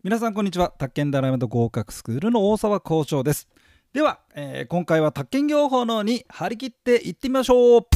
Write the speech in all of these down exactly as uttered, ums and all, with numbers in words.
皆さんこんにちは。宅建ダイナマイト合格スクールの大沢校長です。では、えー今回は宅建業法のに張り切っていってみましょう。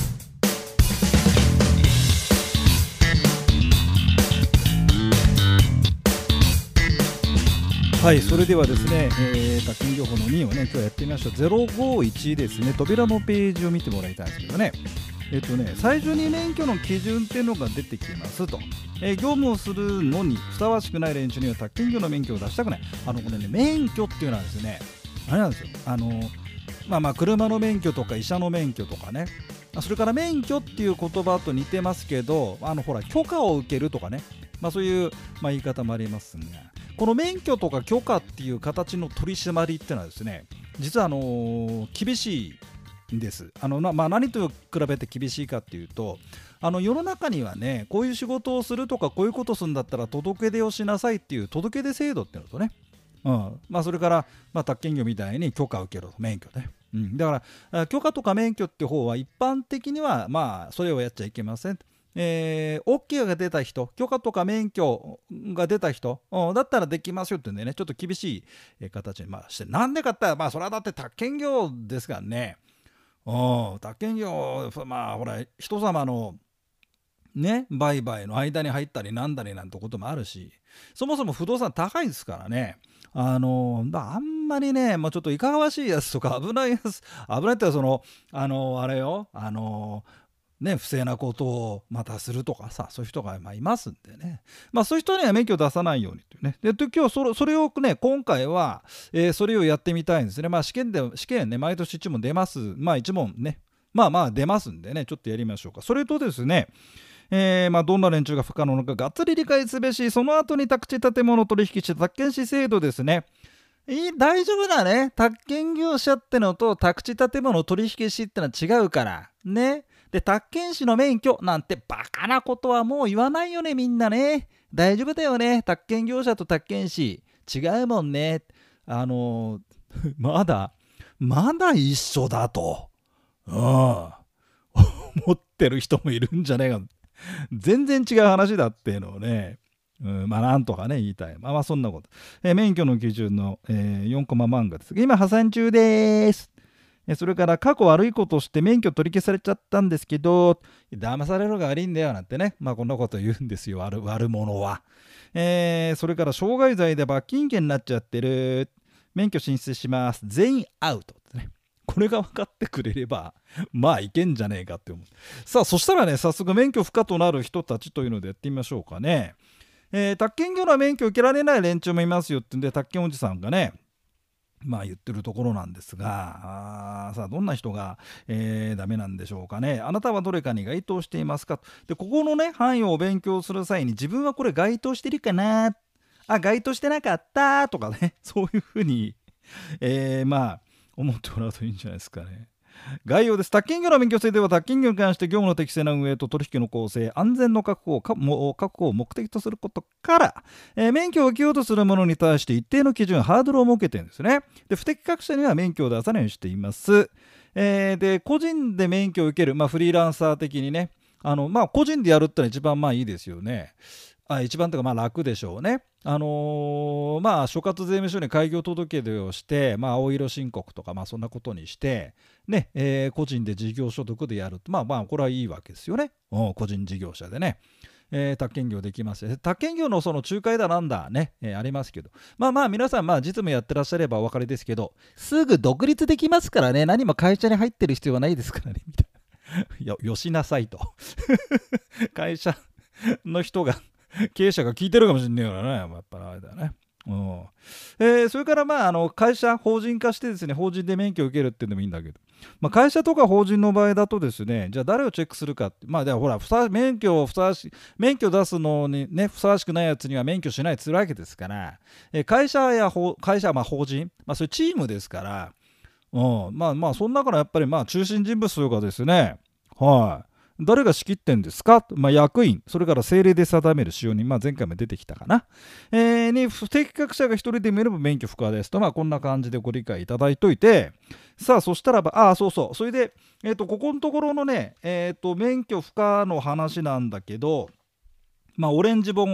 はい、それではですね、えー、宅建業法のにをね今日やってみましょう。ゼロごいちですね。扉のページを見てもらいたいんですけどね。えっとね、最初に免許の基準っていうのが出てきますと、えー業務をするのにふさわしくない連中には宅建業の免許を出したくない。あのこれね、免許っていうのはですね、あれなんですよ。あのまあまあ車の免許とか医者の免許とかね、それから免許っていう言葉と似てますけど、あのほら許可を受けるとかね、まあそういう、まあ、言い方もありますが、この免許とか許可っていう形の取り締まりっていうのはですね、実はあのー厳しいんです。あのなまあ、何と比べて厳しいかっていうと、あの世の中にはね、こういう仕事をするとかこういうことをするんだったら届け出をしなさいっていう届け出制度っていうのとね、うんまあ、それから、まあ、宅建業みたいに許可を受けろ、免許ね、うん、だからあ許可とか免許って方は一般的にはまあそれをやっちゃいけません。えー、OK が出た人、許可とか免許が出た人、うんだったらできますよってんでね、ちょっと厳しいえー形にまあして、なんでかって言ったら、まあそれはだって宅建業ですからね。うん、宅建業、まあほら人様のね売買の間に入ったりなんだりなんてこともあるし、そもそも不動産高いですからね。あのだあんまりね、もうちょっといかがわしいやつとか危ないやつ、危ないってのはそのあのあれよ、あのね、不正なことをまたするとかさ、そういう人がまあいますんでね、まあそういう人には免許を出さないようにというね。で今日それそれをね、今回は、えーそれをやってみたいんですね。まあ試験で試験ね、毎年いち問出ます。まあいち問ね、まあまあ出ますんでね、ちょっとやりましょうか。それとですね、えーまあ、どんな連中が不可能なのかがっつり理解すべし、その後に宅地建物取引士宅建士制度ですね。いい大丈夫だね。宅建業者ってのと宅地建物取引士ってのは違うからね。で宅建士の免許なんてバカなことはもう言わないよね、みんなね。大丈夫だよね。宅建業者と宅建士違うもんね。あのーまだまだ一緒だと、うん、思ってる人もいるんじゃないか。全然違う話だっていうのをね、うん、まあなんとかね言いたい。まあまあそんなこと。えー免許の基準の、えーよんコマ漫画です。今破産中です。えーそれから過去悪いことをして免許取り消されちゃったんですけど、騙されるが悪いんだよなんてね、まあこんなこと言うんですよ、悪悪者は。えーそれから傷害罪で罰金刑になっちゃってる。免許申請します。全員アウトですね。これが分かってくれれば、まあいけんじゃねえかって思う。さあ、そしたらね、早速免許不可となる人たちというのでやってみましょうかね。えー、宅建業の免許を受けられない連中もいますよってんで、宅建おじさんがね、まあ言ってるところなんですが、あーさあどんな人が、えーダメなんでしょうかね。あなたはどれかに該当していますか。で、ここのね、範囲を勉強する際に自分はこれ該当してるかな、あ、該当してなかったとかね、そういうふうに、えーまあ思ってもらうといいんじゃないですかね。概要です。宅建業の免許制では宅建業に関して業務の適正な運営と取引の公正、安全の確保をかも確保を目的とすることから、えー免許を受けようとする者に対して一定の基準、ハードルを設けてるんですね。で、不適格者には免許を出さないようにしています。えーで、個人で免許を受ける、まあ、フリーランサー的にね、あのまあ、個人でやるってのは一番まあいいですよね。あ一番というかまあ楽でしょうね。あのーまあ所轄税務署に開業届出をして、まあ、青色申告とかまあそんなことにしてね、えー個人で事業所得でやると、まあまあこれはいいわけですよね。うん個人事業者でね。えー宅建業できます。宅建業のその仲介だなんだね、えーありますけど、まあまあ皆さんまあ実務やってらっしゃればお分かりですけど、すぐ独立できますからね。何も会社に入ってる必要はないですからねみたいな。いやよしなさいと会社の人が経営者が聞いてるかもしれないからね、やっぱりあれだよね。うんえーそれからまああの会社法人化してですね、法人で免許を受けるっていうのもいいんだけど、まあ、会社とか法人の場合だとですね、じゃあ誰をチェックするかって、まあではほらふさ免許をふさわし免許出すのにねふさわしくないやつには免許しないってするわけですから、えー会社や法会社まあ法人、まあそういうチームですから、うん、まあまあその中のやっぱりまあ中心人物というかですね、はい誰が仕切ってんですか、まあ、役員、それから政令で定める使用人、まあ、前回も出てきたかな、えーに不適格者が一人で見れば免許不可ですと、まあ、こんな感じでご理解いただいといて、さあそしたらばああそうそうそれで、えー、とここのところのね、えー、と免許不可の話なんだけど、まあ、オレンジ本をね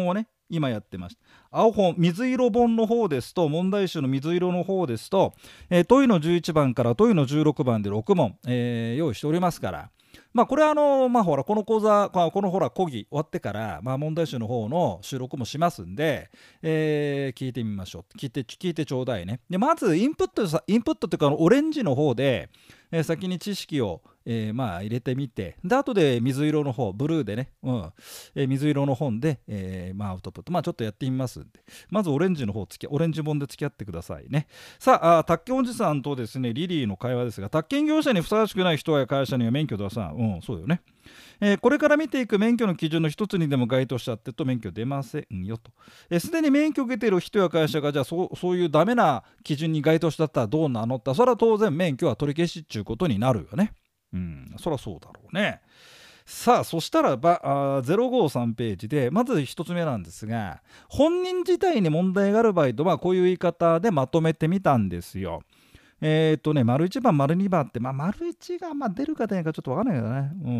今やってました。青本、水色本の方ですと、問題集の水色の方ですと、えー、問いのじゅういちばんから問いのじゅうろくばんでろくもん、えー、用意しておりますから、まあこれはあのまあほらこの講座このほら講義終わってからまあ問題集の方の収録もしますんで、えー、聞いてみましょう。聞いて聞いてちょうだいね。でまずインプットインプットっていうかオレンジの方で、えー、先に知識を、えー、まあ入れてみて、で後で水色の方ブルーでね、うんえー、水色の本で、えー、まあアウトプットまあちょっとやってみますんで、まずオレンジの方付きオレンジ本で付き合ってくださいね。さあ、あ宅建おじさんとですねリリーの会話ですが、宅建業者にふさわしくない人や会社には免許出さん。うんそうよね。えー、これから見ていく免許の基準の一つにでも該当しちゃってると免許出ませんよと。すで、えー、に免許を受けている人や会社がじゃあそう、そういうダメな基準に該当しちゃったらどうなのって、それは当然免許は取り消しっちゅうことになるよね。うんそりゃそうだろうね。さあそしたらばあゼロごさんページでまず一つ目なんですが、本人自体に問題がある場合とはこういう言い方でまとめてみたんですよ。えー、っとね、丸いちばん、丸にばんって、まあ、丸いちがまあ出るか出ないかちょっと分かんないけどね。うん。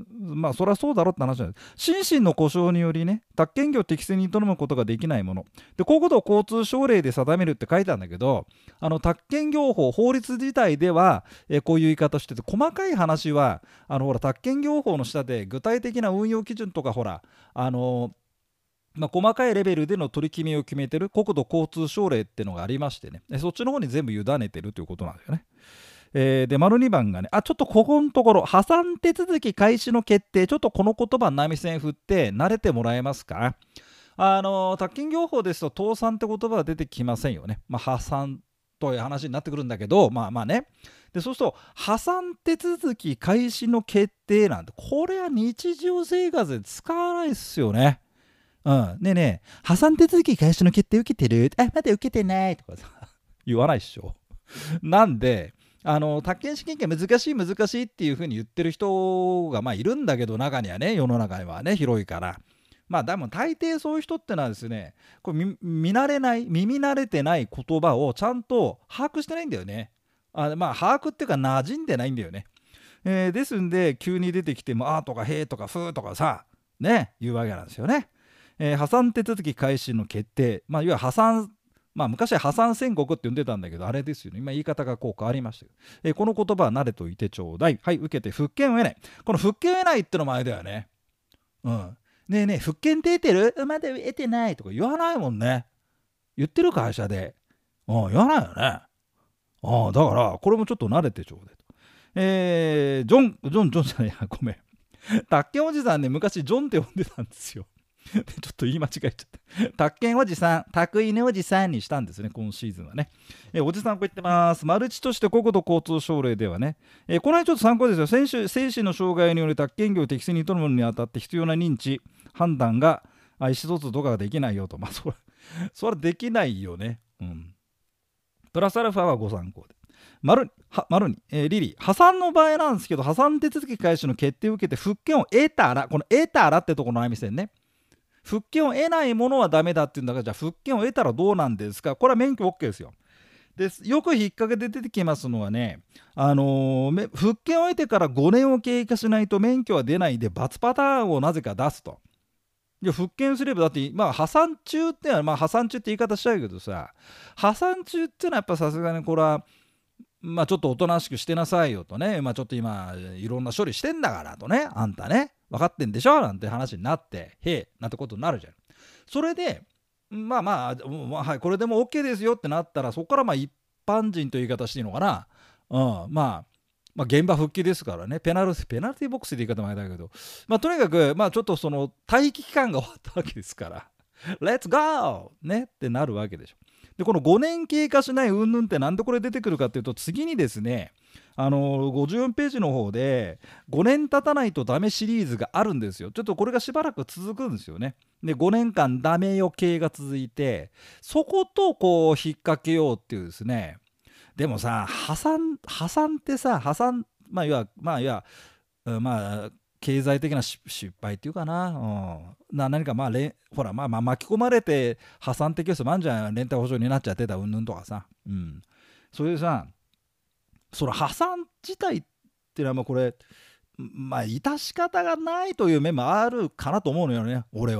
まあ、そりゃそうだろって話なんです。心身の故障によりね、宅建業を適正に営むことができないもの。で、こういうことを交通省令で定めるって書いてあるんだけど、あの、宅建業法、法律自体では、えー、こういう言い方してて、細かい話は、あの、ほら、宅建業法の下で具体的な運用基準とか、ほら、あのー、まあ、細かいレベルでの取り決めを決めてる国土交通省令っていうのがありましてね、そっちの方に全部委ねてるということなんだよね。えー、で、丸にばんがね、あ、ちょっとここのところ、破産手続き開始の決定、ちょっとこの言葉波線振って慣れてもらえますか。あの、宅建業法ですと、倒産って言葉は出てきませんよね。まあ、破産という話になってくるんだけど、まあまあね。で、そうすると、破産手続き開始の決定なんて、これは日常生活で使わないっすよね。うん、ねえねえ、破産手続き開始の決定受けてる？あ、まだ受けてないとかさ、言わないっしょ。なんで、あの、宅建試験権難しい難しいっていう風に言ってる人がまあいるんだけど、中にはね、世の中にはね、広いから。まあ、でも大抵そういう人ってのはですね、これ 見, 見慣れない、耳慣れてない言葉をちゃんと把握してないんだよね。あまあ、把握っていうか馴染んでないんだよね。えー、ですんで、急に出てきても、あーとかへーとかふーとかさ、ね、言うわけなんですよね。えー、破産手続き開始の決定、まあ、いわゆる破産、まあ、昔は破産宣告って呼んでたんだけど、あれですよね、今言い方がこう変わりました、えー、この言葉は慣れといてちょうだい。はい、受けて復権を得ない。この復権を得ないってのもあれだよね。うん。ねえねえ、復権って得てる？まだ得てないとか言わないもんね。言ってる会社で。うん、言わないよね。ああ、だから、これもちょっと慣れてちょうだいと。えー、ジョン、ジョン、ジョンじゃないや、ごめん。宅建おじさんね、昔ジョンって呼んでたんですよ。ちょっと言い間違えちゃった。宅建おじさん、宅犬おじさんにしたんですね、今シーズンはね。えおじさんこう言ってます。マルチとして国土交通省令ではね、えこの辺ちょっと参考ですよ。選手精神の障害による宅建業を適正に営むにあたって必要な認知、判断が意思疎通とかができないよと。まあ、それ、それはできないよね。うん。プラスアルファはご参考で。丸丸に、えー、リリー、破産の場合なんですけど、破産手続き開始の決定を受けて復権を得たら、この得たらってところの悩み線ね。復権を得ないものはダメだっていうんだから、じゃあ復権を得たらどうなんですか。これは免許 OK ですよ。でよく引っ掛けで出てきますのはね、あのー、復権を得てからごねんを経過しないと免許は出ないで×パターンをなぜか出すと。いや復権すればだって、まあ、破産中ってのは、まあ、破産中って言い方しちゃうけどさ、破産中ってのはやっぱさすがにこれはまあちょっとおとなしくしてなさいよとね、まあちょっと今いろんな処理してんだからとね、あんたね分かってんでしょなんて話になって、へえなんてことになるじゃん。それでまあまあ、まあ、はいこれでも OK ですよってなったら、そこからまあ一般人という言い方していいのかな、うん、まあまあ現場復帰ですからね、ペナルティペナルティボックスで言い方もあれだけど、まあとにかくまあちょっとその待機期間が終わったわけですからレッツゴーねってなるわけでしょ。でこのごねん経過しない云々ってなんでこれ出てくるかっていうと、次にですね、あのごじゅうよんページの方でごねん経たないとダメシリーズがあるんですよ。ちょっとこれがしばらく続くんですよね。でごねんかんダメよ系が続いて、そことこう引っ掛けようっていうですね。でもさ、破産破産ってさ、破産まあいわまあいわまあ経済的な失敗っていうかな、うん、な何かまあほら、まあ、まあ巻き込まれて破産ってケースもあるんじゃん。連帯保証になっちゃってたうんぬんとかさ、うん、それでさ、その破産自体っていうのはまあこれまあ致し方がないという面もあるかなと思うのよね、俺はね。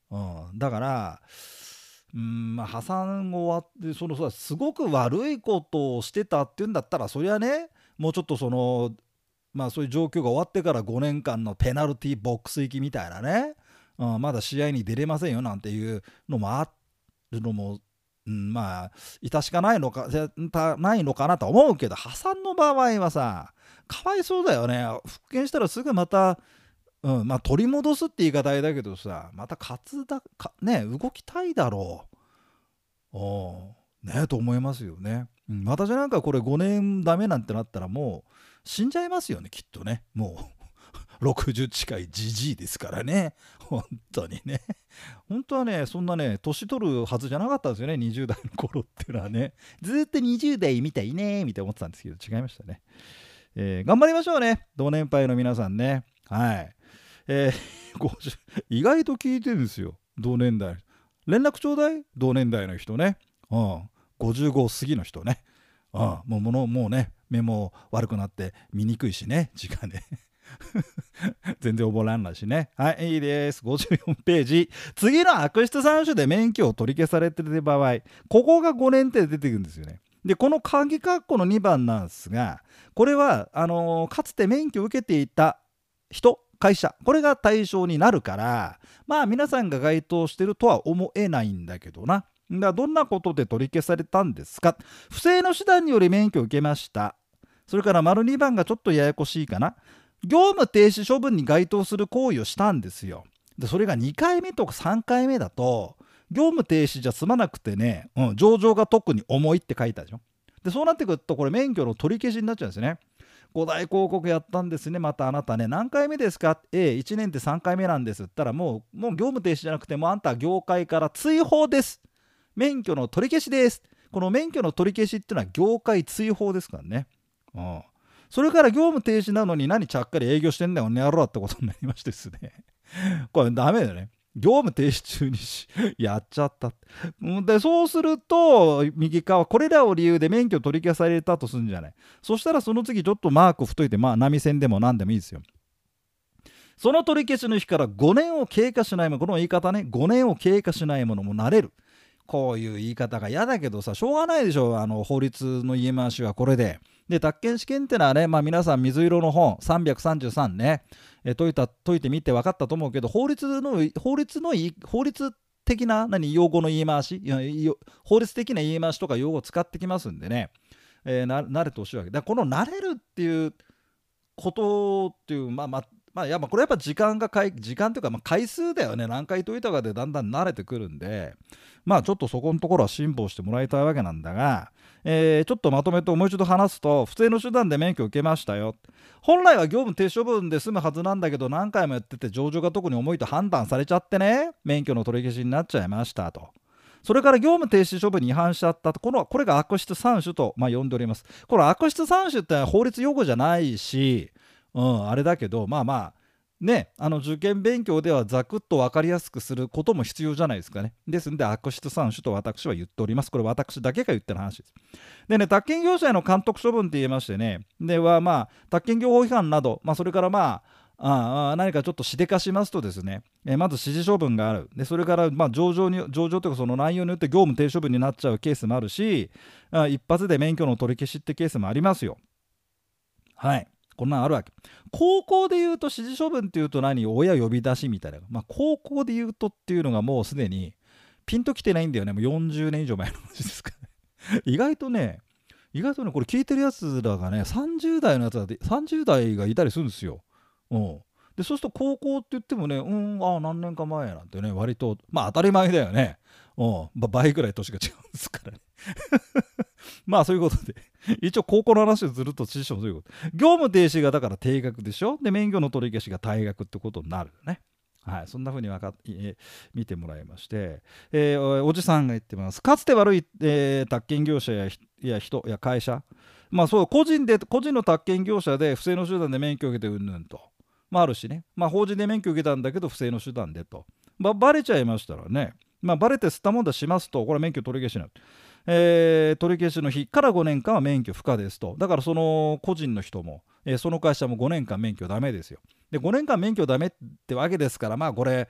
うん、だからうん、まあ、破産後はそのさすごく悪いことをしてたっていうんだったらそりゃねもうちょっとそのまあそういう状況が終わってからごねんかんのペナルティボックス行きみたいなね、うん、まだ試合に出れませんよなんていうのもあるのも、うん、まあ致しかないのかないのかなと思うけど破産の場合はさかわいそうだよね。復権したらすぐまた、うん、まあ取り戻すって言い方だけどさまた勝つだかね動きたいだろう。おねと思いますよね。うん、私なんかこれごねんダメなんてなったらもう死んじゃいますよねきっとね。もうろくじゅう近いじじいですからね本当にね。本当はねそんなね年取るはずじゃなかったんですよねにじゅう代の頃っていうのはね。ずっとにじゅう代みたいねみたいな思ってたんですけど違いましたね。えー、頑張りましょうね同年配の皆さんね。はい、えー、ごじゅう意外と聞いてるんですよ同年代。連絡ちょうだい同年代の人ね。うん、ごじゅうご過ぎの人ね。うん、もうものもうね目も悪くなって見にくいしね時間ね全然覚えらんないしね。はいいいです。ごじゅうよんページ次の悪質さん種で免許を取り消されてる場合ここがごねんって出てくるんですよね。でこの鍵括弧のにばんなんですがこれはあのー、かつて免許を受けていた人会社これが対象になるからまあ皆さんが該当してるとは思えないんだけどな。だどんなことで取り消されたんですか。不正の手段により免許を受けました。それから丸にばんがちょっとややこしいかな。業務停止処分に該当する行為をしたんですよ。でそれがにかいめとかさんかいめだと業務停止じゃ済まなくてね、うん、上場が特に重いって書いたでしょ。でそうなってくるとこれ免許の取り消しになっちゃうんですね。ご大広告やったんですねまたあなたね何回目ですか。 ええいちねんってさんかいめなんですって言ったらもうもう業務停止じゃなくてもうあんたは業界から追放です。免許の取り消しです。この免許の取り消しっていうのは業界追放ですからね。うん、それから業務停止なのに何ちゃっかり営業してんだよねやろうってことになりましてですねこれダメだよね。業務停止中にやっちゃった。でそうすると右側これらを理由で免許取り消されたとするんじゃない。そしたらその次ちょっとマーク太いてまあ波線でも何でもいいですよ。その取り消しの日からごねんを経過しないものこの言い方ねごねんを経過しないものもなれる。こういう言い方が嫌だけどさしょうがないでしょ。あの法律の言い回しはこれで。で宅建試験ってのはね、まあ、皆さん水色の本さんびゃくさんじゅうさんねえ解いた解いてみて分かったと思うけど法律の法律の法律的な何用語の言い回しいや法律的な言い回しとか用語を使ってきますんでね、えー、な慣れてほしいわけだ。この慣れるっていうことっていうまあまあまあやっぱこれやっぱ時間がかい時間というかまあ回数だよね。何回解いたかでだんだん慣れてくるんでまあちょっとそこのところは辛抱してもらいたいわけなんだが、えー、ちょっとまとめてもう一度話すと不正の手段で免許を受けましたよ。本来は業務停止処分で済むはずなんだけど何回もやってて情状が特に重いと判断されちゃってね免許の取り消しになっちゃいましたと。それから業務停止処分に違反しちゃったとこのこれが悪質さん種と、まあ、呼んでおります。この悪質さん種って法律用語じゃないし、うん、あれだけどまあまあね、あの受験勉強ではざくっと分かりやすくすることも必要じゃないですかね。ですので悪質さん種と私は言っております。これ私だけが言ってる話です。でね宅建業者への監督処分って言いましてねではまあ宅建業法違反など、まあ、それからまああ何かちょっとしでかしますとですねえまず指示処分がある。でそれからまあ上場に上場というかその内容によって業務停止処分になっちゃうケースもあるしあ一発で免許の取り消しってケースもありますよ。はいこんなんあるわけ。高校で言うと指示処分っていうと何親呼び出しみたいな、まあ、高校で言うとっていうのがもうすでにピンときてないんだよね。もうよんじゅうねん以上前の話ですからね意外とね意外とねこれ聞いてるやつらがねさんじゅう代のやつだってさんじゅう代がいたりするんですよ。うんでそうすると高校って言ってもねうんああ何年か前なんてね割とまあ当たり前だよね。うん倍ぐらい年が違うんですからねまあそういうことで一応高校の話をすると師匠もそういうこと業務停止がだから定額でしょ。で免許の取り消しが退学ってことになるよね。はい、そんな風にわかっ、えー、見てもらいまして、えー、おじさんが言ってます。かつて悪い、えー、宅建業者や、や人や会社まあそう個人で個人の宅建業者で不正の手段で免許を受けてうんぬんと、まあ、あるしね、まあ、法人で免許を受けたんだけど不正の手段でと、まあ、バレちゃいましたらねまあ、バレて吸ったもんだしますとこれは免許取り消しになる、えー、取り消しの日からごねんかんは免許不可ですと。だからその個人の人も、えー、その会社もごねんかん免許ダメですよ。でごねんかん免許ダメってわけですからまあこれ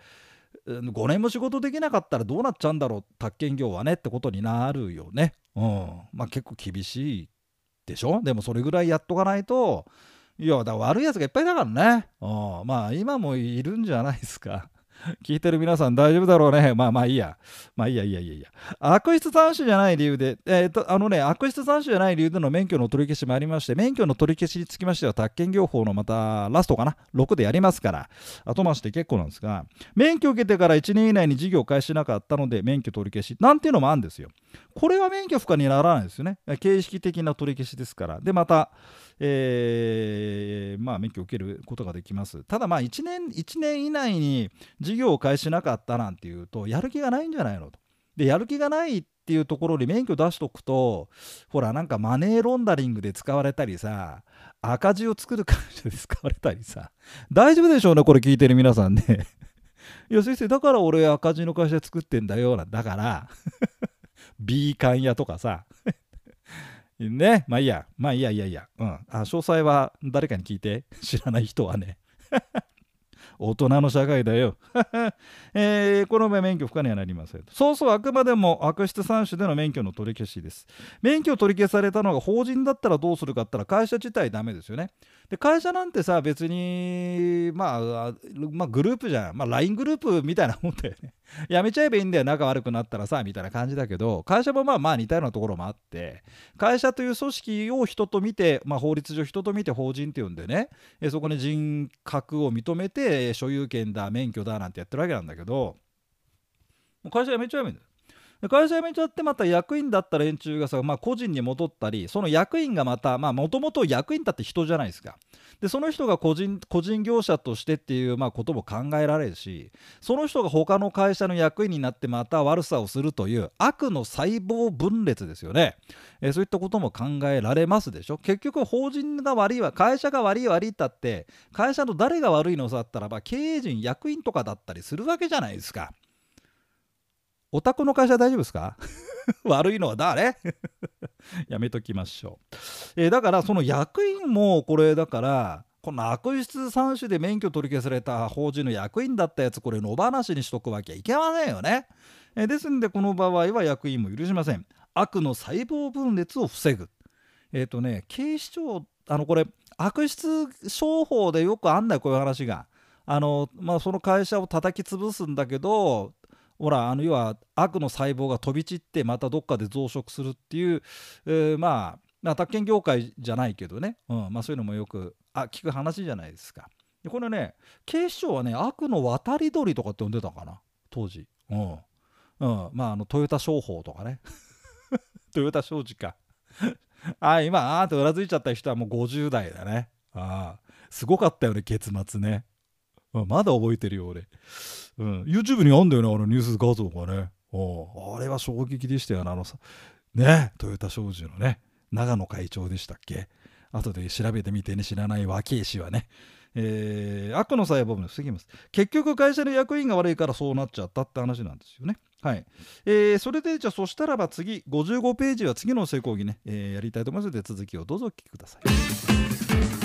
ごねんも仕事できなかったらどうなっちゃうんだろう、宅建業はねってことになるよね。うん、まあ結構厳しいでしょ。でもそれぐらいやっとかないと、いやだから悪いやつがいっぱいだからね。うん、まあ今もいるんじゃないですか。聞いてる皆さん大丈夫だろうね。まあまあいいや。まあいいやいいやいやいや。悪質三種じゃない理由で、えっと、あのね、悪質三種じゃない理由での免許の取り消しもありまして、免許の取り消しにつきましては、宅建業法のまたラストかな、ろくでやりますから、後回しで結構なんですが、免許を受けてからいちねん以内に事業を開始しなかったので、免許取り消し、なんていうのもあるんですよ。これは免許不可にならないですよね。形式的な取り消しですから。で、また、えー、まあ免許を受けることができます。ただまあいちねん、いちねん以内に事業を開始しなかったなんていうと、やる気がないんじゃないのと。で、やる気がないっていうところに免許出しとくと、ほらなんかマネーロンダリングで使われたりさ、赤字を作る会社で使われたりさ、大丈夫でしょうね、これ聞いてる皆さんね。いや先生、だから俺赤字の会社作ってんだよ、だから、B 缶屋とかさ、ね、まあいいや、まあいいやいやいや、うん、あ、詳細は誰かに聞いて、知らない人はね。大人の社会だよ、えー、この場合免許不可にはなりません。そうそう、あくまでも悪質三種での免許の取り消しです。免許取り消されたのが法人だったらどうするかって言ったら会社自体ダメですよね。で会社なんてさ、別に、まあ、まあグループじゃん、まあ、ライン グループみたいなもんだよね。やめちゃえばいいんだよ、仲悪くなったらさみたいな感じだけど、会社もまあまあ似たようなところもあって、会社という組織を人と見て、まあ、法律上人と見て法人っていうんでね、えそこに人格を認めて所有権だ免許だなんてやってるわけなんだけど、もう会社辞めちゃえばいいんだよ。会社辞めちゃってまた役員だった連中がさ、まあ、個人に戻ったり、その役員がまたもともと役員だって人じゃないですか。でその人が個人個人業者としてっていうまあことも考えられるし、その人が他の会社の役員になってまた悪さをするという悪の細胞分裂ですよね。えそういったことも考えられますでしょ。結局法人が悪いわ、会社が悪い悪いったって会社の誰が悪いのさったらば経営陣役員とかだったりするわけじゃないですか。お宅の会社大丈夫ですか？悪いのは誰？やめときましょう。えー、だからその役員もこれだからこの悪質三種で免許取り消された法人の役員だったやつ、これ野放しにしとくわけいけませんよね。えー、ですんでこの場合は役員も許しません。悪の細胞分裂を防ぐ。えっ、ー、とね警視庁、あのこれ悪質商法でよくあんだよ、こういう話が。あのまあその会社を叩き潰すんだけど、ほらあの要は悪の細胞が飛び散ってまたどっかで増殖するっていう、えー、まあ、まあ、宅建業界じゃないけどね、うんまあ、そういうのもよくあ聞く話じゃないですか。でこれね、警視庁はね悪の渡り鳥とかって呼んでたかな当時。うんうん、まああのトヨタ商法とかねトヨタ商事かあ今あーってうなずいちゃった人はもうごじゅう代だね。あすごかったよね結末ね。まだ覚えてるよ俺。うん、YouTube にあんだよね、あのニュース画像がね。おあれは衝撃でしたよね、あのさね、トヨタ商事のね長野会長でしたっけ。後で調べてみてね、知らない若い氏はね、えー、悪の細胞分防ぎます。結局会社の役員が悪いからそうなっちゃったって話なんですよね。はい、えー、それでじゃあそしたらば次ごじゅうごページは次の施工儀ね、えー、やりたいと思いますので続きをどうぞお聞きください。